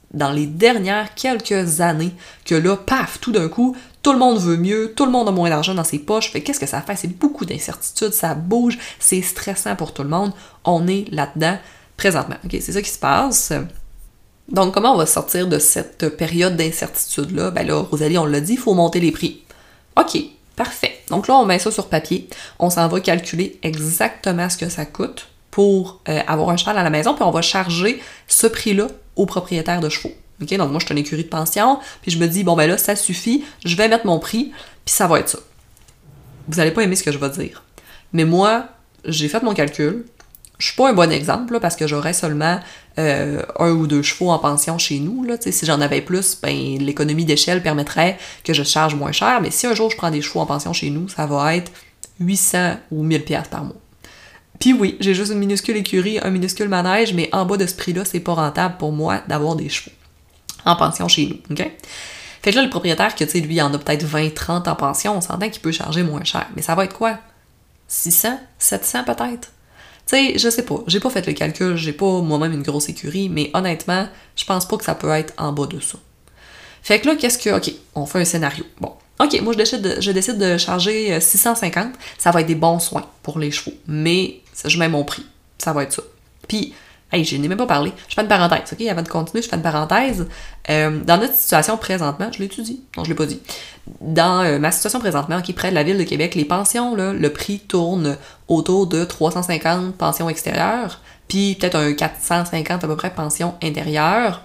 dans les dernières quelques années que là, paf, tout d'un coup, tout le monde veut mieux, tout le monde a moins d'argent dans ses poches. Fait qu'est-ce que ça fait? C'est beaucoup d'incertitudes, ça bouge, c'est stressant pour tout le monde. On est là-dedans présentement. OK, c'est ça qui se passe. Donc, comment on va sortir de cette période d'incertitude-là? Ben là, Rosalie, on l'a dit, il faut monter les prix. OK, parfait. Donc là, on met ça sur papier. On s'en va calculer exactement ce que ça coûte pour avoir un cheval à la maison, puis on va charger ce prix-là au propriétaire de chevaux. OK? Donc moi, je suis une écurie de pension, puis je me dis, bon ben là, ça suffit, je vais mettre mon prix, puis ça va être ça. Vous n'allez pas aimer ce que je vais dire. Mais moi, j'ai fait mon calcul. Je suis pas un bon exemple, là, parce que j'aurais seulement 1 ou 2 chevaux en pension chez nous. Là. Si j'en avais plus, ben l'économie d'échelle permettrait que je charge moins cher. Mais si un jour je prends des chevaux en pension chez nous, ça va être 800 ou 1000 pièces par mois. Puis oui, j'ai juste une minuscule écurie, un minuscule manège, mais en bas de ce prix-là, c'est pas rentable pour moi d'avoir des chevaux en pension chez nous, OK? Fait que là, le propriétaire, que tu sais, lui, il en a peut-être 20-30 en pension, on s'entend qu'il peut charger moins cher. Mais ça va être quoi? 600? 700 peut-être? Tu sais, je sais pas, j'ai pas fait le calcul, j'ai pas moi-même une grosse écurie, mais honnêtement, je pense pas que ça peut être en bas de ça. Fait que là, OK, on fait un scénario. Bon, OK, moi je décide de charger 650, ça va être des bons soins pour les chevaux, mais je mets mon prix, ça va être ça. Puis, hey, je n'ai même pas parlé, je fais une parenthèse, OK, avant de continuer, je fais une parenthèse. Dans notre situation présentement, je l'ai-tu dit? Non, je l'ai pas dit. Dans ma situation présentement, OK, près de la ville de Québec, les pensions, là, le prix tourne autour de 350 pensions extérieures, puis peut-être un 450 à peu près pensions intérieures.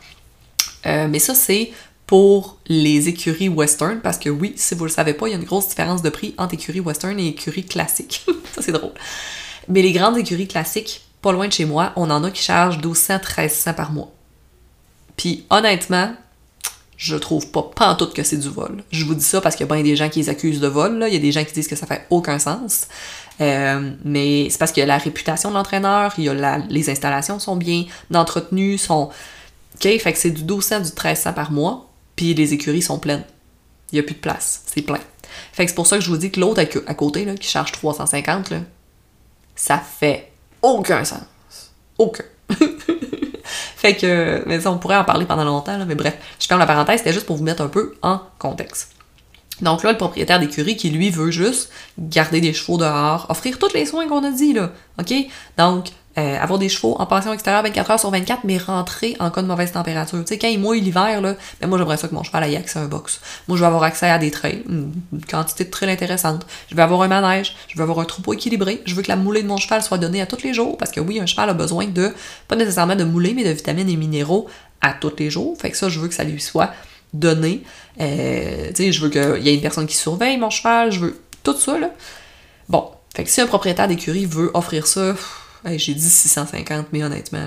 Mais ça, c'est pour les écuries western, parce que oui, si vous le savez pas, il y a une grosse différence de prix entre écuries western et écuries classiques. Ça, c'est drôle. Mais les grandes écuries classiques, pas loin de chez moi, on en a qui chargent 1200-1300 par mois. Puis honnêtement, je trouve pas pantoute que c'est du vol. Je vous dis ça parce qu'il y a bien des gens qui les accusent de vol, là. Il y a des gens qui disent que ça fait aucun sens. Mais c'est parce qu'il y a la réputation de l'entraîneur, il y a les installations sont bien entretenues, sont... OK, fait que c'est du 1200, du 1300 par mois, puis les écuries sont pleines. Il n'y a plus de place, c'est plein. Fait que c'est pour ça que je vous dis que l'autre à côté, là, qui charge 350, là, ça fait aucun sens. Aucun. Fait que, mais ça, on pourrait en parler pendant longtemps, là, mais bref, je ferme la parenthèse, c'était juste pour vous mettre un peu en contexte. Donc là, le propriétaire d'écurie qui, lui, veut juste garder des chevaux dehors, offrir tous les soins qu'on a dit, là, OK? Donc, avoir des chevaux en pension extérieure 24 heures sur 24, mais rentrer en cas de mauvaise température. Tu sais, quand il mouille l'hiver, là, ben moi, j'aimerais ça que mon cheval ait accès à un box. Moi, je veux avoir accès à des trails, une quantité de trails intéressante. Je veux avoir un manège, je veux avoir un troupeau équilibré, je veux que la moulée de mon cheval soit donnée à tous les jours, parce que oui, un cheval a besoin de, pas nécessairement de moulée, mais de vitamines et minéraux à tous les jours. Fait que ça, je veux que ça lui soit donné. Tu sais, je veux qu'il y ait une personne qui surveille mon cheval, je veux tout ça, là. Bon, fait que si un propriétaire d'écurie veut offrir ça, j'ai dit 650, mais honnêtement, là.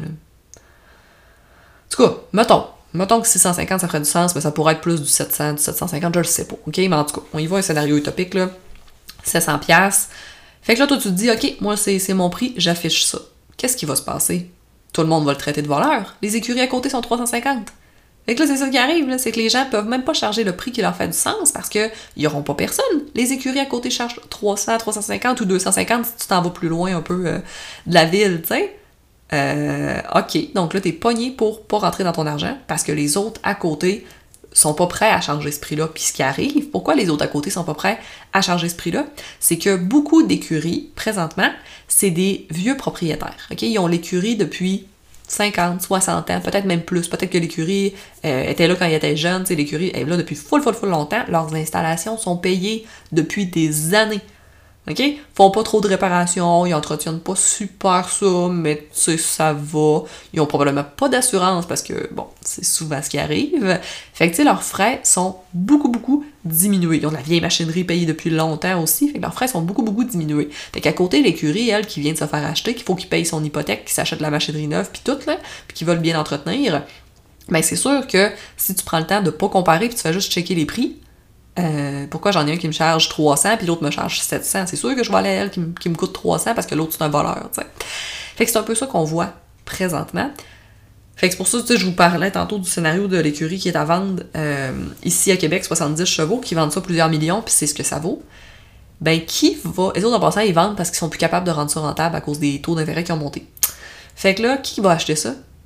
En tout cas, mettons que 650, ça ferait du sens, mais ça pourrait être plus du 700, du 750, je le sais pas, OK? Mais en tout cas, on y va un scénario utopique, là. 700$. Fait que là, toi, tu te dis, OK, moi, c'est mon prix, j'affiche ça. Qu'est-ce qui va se passer? Tout le monde va le traiter de voleur. Les écuries à côté sont 350. Fait que là, c'est ça qui arrive, là, c'est que les gens peuvent même pas charger le prix qui leur fait du sens parce que ils auront pas personne. Les écuries à côté chargent 300, 350 ou 250 si tu t'en vas plus loin un peu de la ville, tu sais. OK, donc là, t'es pogné pour pas rentrer dans ton argent parce que les autres à côté sont pas prêts à changer ce prix-là. Puis ce qui arrive, pourquoi les autres à côté sont pas prêts à changer ce prix-là? C'est que beaucoup d'écuries, présentement, c'est des vieux propriétaires, OK? Ils ont l'écurie depuis 50, 60 ans, peut-être même plus. Peut-être que l'écurie était là quand ils étaient jeunes. L'écurie est là depuis full longtemps. Leurs installations sont payées depuis des années. OK? Ils font pas trop de réparations, ils entretiennent pas super ça, mais tu sais, ça va. Ils ont probablement pas d'assurance parce que, bon, c'est souvent ce qui arrive. Fait que, tu sais, leurs frais sont beaucoup diminués. Ils ont de la vieille machinerie payée depuis longtemps aussi, fait que leurs frais sont beaucoup diminués. Fait qu'à côté, l'écurie, elle, qui vient de se faire acheter, qu'il faut qu'il paye son hypothèque, qu'il s'achète de la machinerie neuve, puis tout, là, puis qu'il va le bien entretenir, ben c'est sûr que si tu prends le temps de pas comparer puis tu fais juste checker les prix, pourquoi j'en ai un qui me charge 300 puis l'autre me charge 700? C'est sûr que je vais aller à elle qui me coûte 300 parce que l'autre c'est un voleur, tu sais. Fait que c'est un peu ça qu'on voit présentement. Fait que c'est pour ça que je vous parlais tantôt du scénario de l'écurie qui est à vendre ici à Québec, 70 chevaux, qui vendent ça plusieurs millions, puis c'est ce que ça vaut. Ben qui va... Les autres en passant, ils vendent parce qu'ils sont plus capables de rendre ça rentable à cause des taux d'intérêt qui ont monté. Fait que là, qui va acheter ça?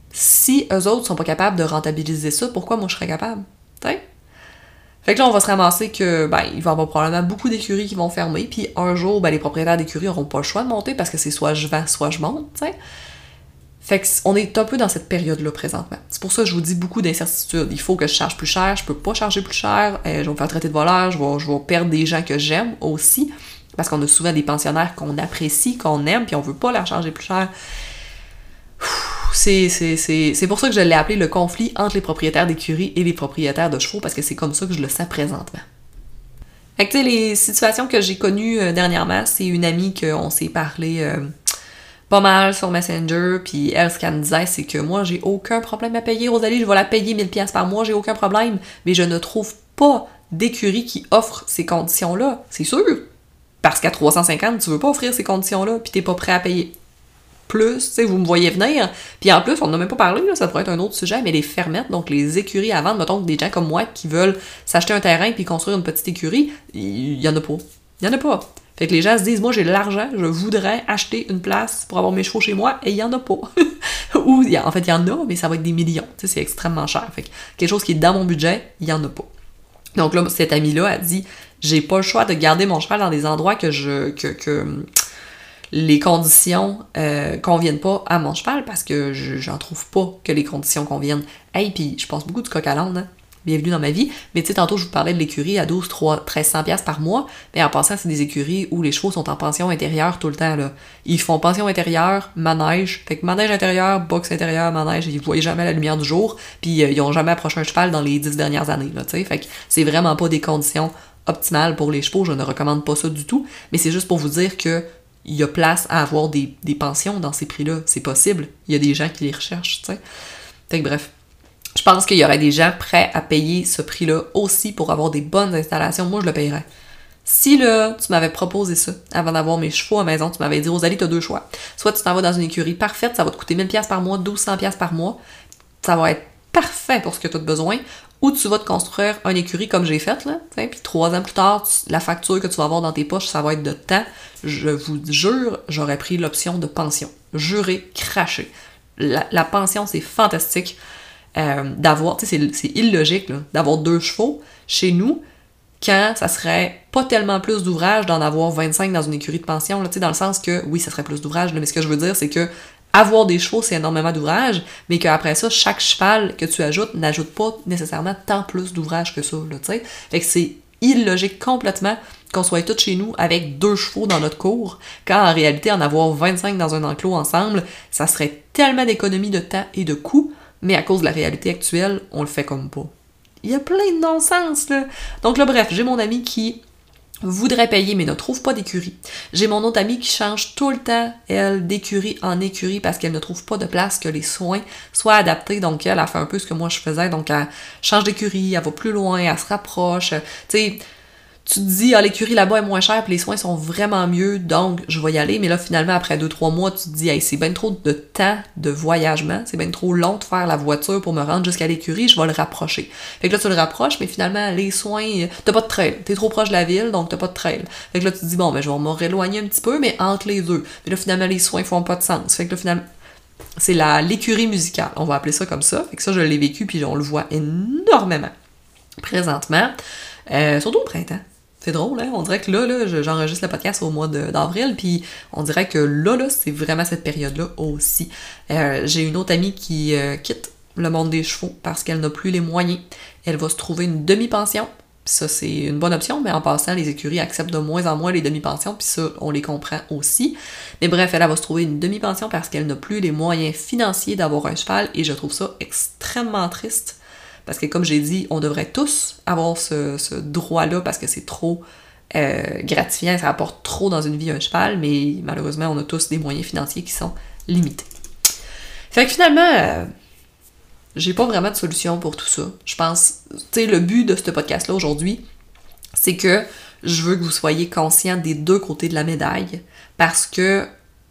Si eux autres sont pas capables de rentabiliser ça, pourquoi moi je serais capable? T'sais? Fait que là, on va se ramasser que, il va y avoir probablement beaucoup d'écuries qui vont fermer, puis un jour, les propriétaires d'écuries n'auront pas le choix de monter parce que c'est soit je vends, soit je monte, t'sais. Fait qu'on est un peu dans cette période-là présentement. C'est pour ça que je vous dis beaucoup d'incertitudes. Il faut que je charge plus cher, je peux pas charger plus cher, je vais me faire traiter de voleur, je vais perdre des gens que j'aime aussi, parce qu'on a souvent des pensionnaires qu'on apprécie, qu'on aime, puis on veut pas leur charger plus cher. C'est pour ça que je l'ai appelé le conflit entre les propriétaires d'écuries et les propriétaires de chevaux, parce que c'est comme ça que je le sens présentement. Fait que tu sais, les situations que j'ai connues dernièrement, c'est une amie qu'on s'est parlé pas mal sur Messenger, puis elle, ce qu'elle me disait, c'est que moi, j'ai aucun problème à payer. Rosalie, je vais la payer 1000$ par mois, j'ai aucun problème, mais je ne trouve pas d'écurie qui offre ces conditions-là. C'est sûr, parce qu'à 350, tu veux pas offrir ces conditions-là, puis t'es pas prêt à payer plus, tu sais, vous me voyez venir. Puis en plus, on n'a même pas parlé, là, ça pourrait être un autre sujet, mais les fermettes, donc les écuries à vendre, mettons que des gens comme moi qui veulent s'acheter un terrain puis construire une petite écurie, il y en a pas. Il y en a pas. Fait que les gens se disent, moi j'ai de l'argent, je voudrais acheter une place pour avoir mes chevaux chez moi, et il y en a pas. Ou, en fait, il y en a, mais ça va être des millions. Tu sais, c'est extrêmement cher. Fait que quelque chose qui est dans mon budget, il y en a pas. Donc là, cette amie-là a dit, j'ai pas le choix de garder mon cheval dans des endroits que les conditions conviennent pas à mon cheval parce que j'en trouve pas que les conditions conviennent. Hey, puis je passe beaucoup du coq à l'âne, hein? Bienvenue dans ma vie. Mais tu sais, tantôt, je vous parlais de l'écurie à 1300$ par mois, mais en passant, c'est des écuries où les chevaux sont en pension intérieure tout le temps, là. Ils font pension intérieure, manège, fait que manège intérieur, box intérieur, manège, ils voient jamais la lumière du jour, puis ils ont jamais approché un cheval dans les 10 dernières années, là, tu sais. Fait que c'est vraiment pas des conditions optimales pour les chevaux, je ne recommande pas ça du tout, mais c'est juste pour vous dire que il y a place à avoir des pensions dans ces prix-là. C'est possible. Il y a des gens qui les recherchent, tu sais. Fait que bref. Je pense qu'il y aurait des gens prêts à payer ce prix-là aussi pour avoir des bonnes installations. Moi, je le payerais. Si là, tu m'avais proposé ça avant d'avoir mes chevaux à la maison, tu m'avais dit, Rosalie, t'as deux choix. Soit tu t'en vas dans une écurie parfaite, ça va te coûter 1000$ par mois, 1200$ par mois. Ça va être parfait pour ce que tu as besoin. Ou tu vas te construire une écurie comme j'ai fait, là, puis 3 ans plus tard, la facture que tu vas avoir dans tes poches, ça va être de temps. Je vous jure, j'aurais pris l'option de pension. Juré, craché. La pension, c'est fantastique d'avoir, tu sais, c'est illogique, là, d'avoir 2 chevaux chez nous, quand ça serait pas tellement plus d'ouvrage d'en avoir 25 dans une écurie de pension, là, tu sais, dans le sens que, oui, ça serait plus d'ouvrage, mais ce que je veux dire, c'est que avoir des chevaux, c'est énormément d'ouvrage, mais qu'après ça, chaque cheval que tu ajoutes n'ajoute pas nécessairement tant plus d'ouvrage que ça, là, tu sais. Fait que c'est illogique complètement qu'on soit tous chez nous avec 2 chevaux dans notre cour, quand en réalité, en avoir 25 dans un enclos ensemble, ça serait tellement d'économies de temps et de coûts, mais à cause de la réalité actuelle, on le fait comme pas. Il y a plein de non-sens, là. Donc là, bref, j'ai mon ami qui voudrait payer, mais ne trouve pas d'écurie. J'ai mon autre amie qui change tout le temps, elle, d'écurie en écurie parce qu'elle ne trouve pas de place que les soins soient adaptés. Donc, elle a fait un peu ce que moi je faisais. Donc, elle change d'écurie, elle va plus loin, elle se rapproche. Tu sais, tu te dis, ah, l'écurie là-bas est moins chère, puis les soins sont vraiment mieux, donc je vais y aller. Mais là, finalement, après 2-3 mois, tu te dis, hey, c'est bien trop de temps de voyagement, c'est bien trop long de faire la voiture pour me rendre jusqu'à l'écurie, je vais le rapprocher. Fait que là, tu le rapproches, mais finalement, les soins, t'as pas de trail. T'es trop proche de la ville, donc t'as pas de trail. Fait que là, tu te dis, bon, ben, je vais me rééloigner un petit peu, mais entre les deux. Mais là, finalement, les soins font pas de sens. Fait que là, finalement, c'est l'écurie musicale, on va appeler ça comme ça. Fait que ça, je l'ai vécu, puis on le voit énormément présentement, surtout au printemps. C'est drôle, hein? On dirait que là, j'enregistre le podcast au mois d'avril, puis on dirait que là, c'est vraiment cette période-là aussi. J'ai une autre amie qui quitte le monde des chevaux parce qu'elle n'a plus les moyens. Elle va se trouver une demi-pension, puis ça, c'est une bonne option, mais en passant, les écuries acceptent de moins en moins les demi-pensions, puis ça, on les comprend aussi. Mais bref, elle va se trouver une demi-pension parce qu'elle n'a plus les moyens financiers d'avoir un cheval, et je trouve ça extrêmement triste. Parce que comme j'ai dit, on devrait tous avoir ce droit-là parce que c'est trop gratifiant, ça apporte trop dans une vie un cheval, mais malheureusement, on a tous des moyens financiers qui sont limités. Fait que finalement, j'ai pas vraiment de solution pour tout ça. Je pense, tu sais, le but de ce podcast-là aujourd'hui, c'est que je veux que vous soyez conscients des deux côtés de la médaille, parce que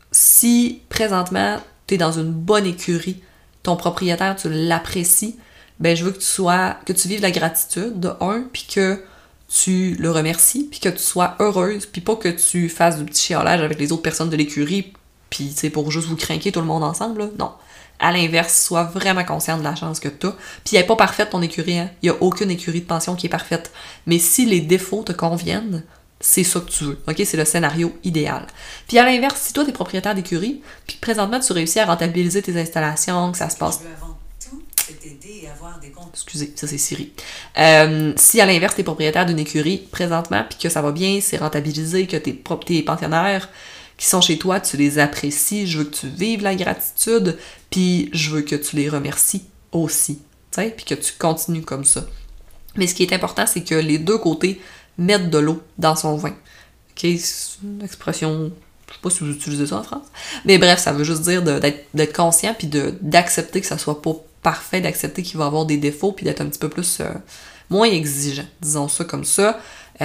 si présentement, t'es dans une bonne écurie, ton propriétaire, tu l'apprécies, ben je veux que tu vives la gratitude de un, puis que tu le remercies, puis que tu sois heureuse, puis pas que tu fasses du petit chiolage avec les autres personnes de l'écurie, puis tu sais, pour juste vous craquer tout le monde ensemble, là. Non. À l'inverse, sois vraiment conscient de la chance que tu as. Puis elle n'est pas parfaite ton écurie, hein? Il n'y a aucune écurie de pension qui est parfaite. Mais si les défauts te conviennent, c'est ça que tu veux, ok? C'est le scénario idéal. Puis à l'inverse, si toi, tu es propriétaire d'écurie, puis présentement, tu réussis à rentabiliser tes installations, que ça se passe... Je veux avant tout t'aider et avoir des comptes. Excusez, ça c'est Siri. Si à l'inverse, tu es propriétaire d'une écurie présentement, puis que ça va bien, c'est rentabilisé, que tes pensionnaires qui sont chez toi, tu les apprécies, je veux que tu vives la gratitude, puis je veux que tu les remercies aussi, tu sais, puis que tu continues comme ça. Mais ce qui est important, c'est que les deux côtés mettent de l'eau dans son vin. Ok, c'est une expression, je sais pas si vous utilisez ça en France, mais bref, ça veut juste dire d'être conscient, puis d'accepter que ça soit pas parfait, d'accepter qu'il va y avoir des défauts, puis d'être un petit peu plus moins exigeant, disons ça comme ça.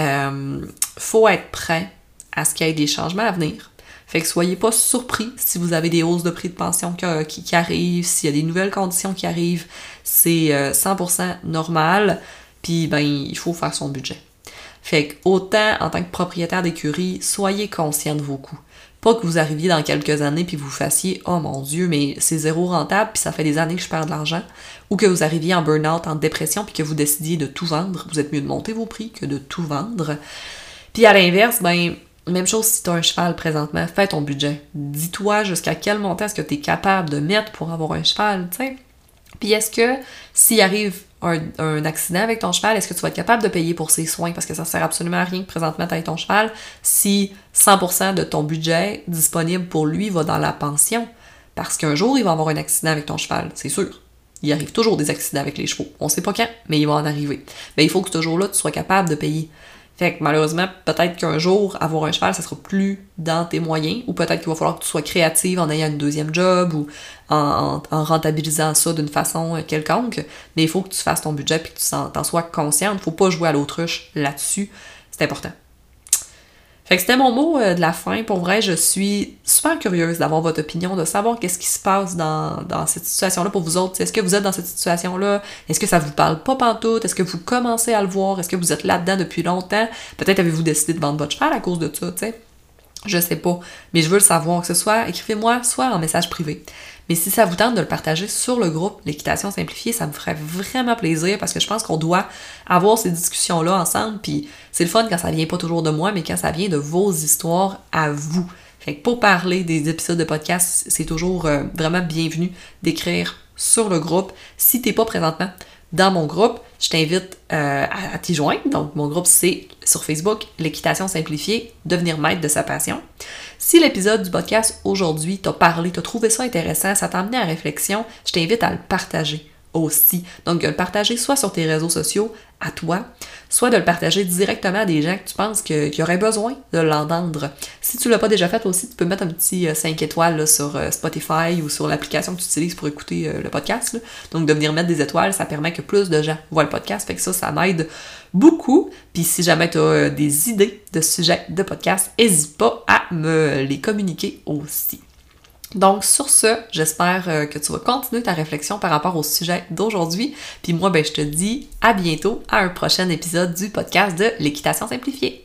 Faut être prêt à ce qu'il y ait des changements à venir. Fait que soyez pas surpris si vous avez des hausses de prix de pension qui arrivent, s'il y a des nouvelles conditions qui arrivent, c'est 100% normal, puis ben il faut faire son budget. Fait que autant en tant que propriétaire d'écurie, soyez conscient de vos coûts. Pas que vous arriviez dans quelques années puis vous fassiez « Oh mon Dieu, mais c'est zéro rentable puis ça fait des années que je perds de l'argent » ou que vous arriviez en burn-out, en dépression puis que vous décidiez de tout vendre. Vous êtes mieux de monter vos prix que de tout vendre. Puis à l'inverse, ben même chose si tu as un cheval présentement, fais ton budget. Dis-toi jusqu'à quel montant est-ce que tu es capable de mettre pour avoir un cheval, tu sais. Puis est-ce que s'il arrive un accident avec ton cheval, est-ce que tu vas être capable de payer pour ses soins? Parce que ça sert absolument à rien que présentement tu aies ton cheval si 100% de ton budget disponible pour lui va dans la pension. Parce qu'un jour, il va avoir un accident avec ton cheval, c'est sûr. Il arrive toujours des accidents avec les chevaux. On sait pas quand, mais il va en arriver. Mais il faut que ce jour-là, tu sois capable de payer. Fait que malheureusement, peut-être qu'un jour, avoir un cheval, ça sera plus dans tes moyens, ou peut-être qu'il va falloir que tu sois créative en ayant une deuxième job, ou en rentabilisant ça d'une façon quelconque, mais il faut que tu fasses ton budget et que tu t'en sois consciente. Faut pas jouer à l'autruche là-dessus, c'est important. Fait que c'était mon mot de la fin. Pour vrai, je suis super curieuse d'avoir votre opinion, de savoir qu'est-ce qui se passe dans cette situation-là pour vous autres. Est-ce que vous êtes dans cette situation-là? Est-ce que ça vous parle pas pantoute? Est-ce que vous commencez à le voir? Est-ce que vous êtes là-dedans depuis longtemps? Peut-être avez-vous décidé de vendre votre cheval à cause de ça, tu sais? Je sais pas, mais je veux le savoir, que ce soit, écrivez-moi, soit en message privé. Mais si ça vous tente de le partager sur le groupe L'équitation simplifiée, ça me ferait vraiment plaisir parce que je pense qu'on doit avoir ces discussions-là ensemble, puis c'est le fun quand ça vient pas toujours de moi, mais quand ça vient de vos histoires à vous. Fait que pour parler des épisodes de podcast, c'est toujours vraiment bienvenu d'écrire sur le groupe. Si t'es pas présentement dans mon groupe, je t'invite à t'y joindre. Donc, mon groupe, c'est sur Facebook, L'équitation simplifiée, devenir maître de sa passion. Si l'épisode du podcast aujourd'hui t'a parlé, t'as trouvé ça intéressant, ça t'a amené à réflexion, je t'invite à le partager aussi. Donc, de le partager soit sur tes réseaux sociaux, à toi, soit de le partager directement à des gens que tu penses qui auraient besoin de l'entendre. Si tu l'as pas déjà fait aussi, tu peux mettre un petit 5 étoiles là, sur Spotify ou sur l'application que tu utilises pour écouter le podcast. Là. Donc, de venir mettre des étoiles, ça permet que plus de gens voient le podcast. Fait que ça m'aide beaucoup. Puis si jamais tu as des idées de sujets de podcast, n'hésite pas à me les communiquer aussi. Donc, sur ce, j'espère que tu vas continuer ta réflexion par rapport au sujet d'aujourd'hui. Puis moi, je te dis à bientôt à un prochain épisode du podcast de L'équitation simplifiée.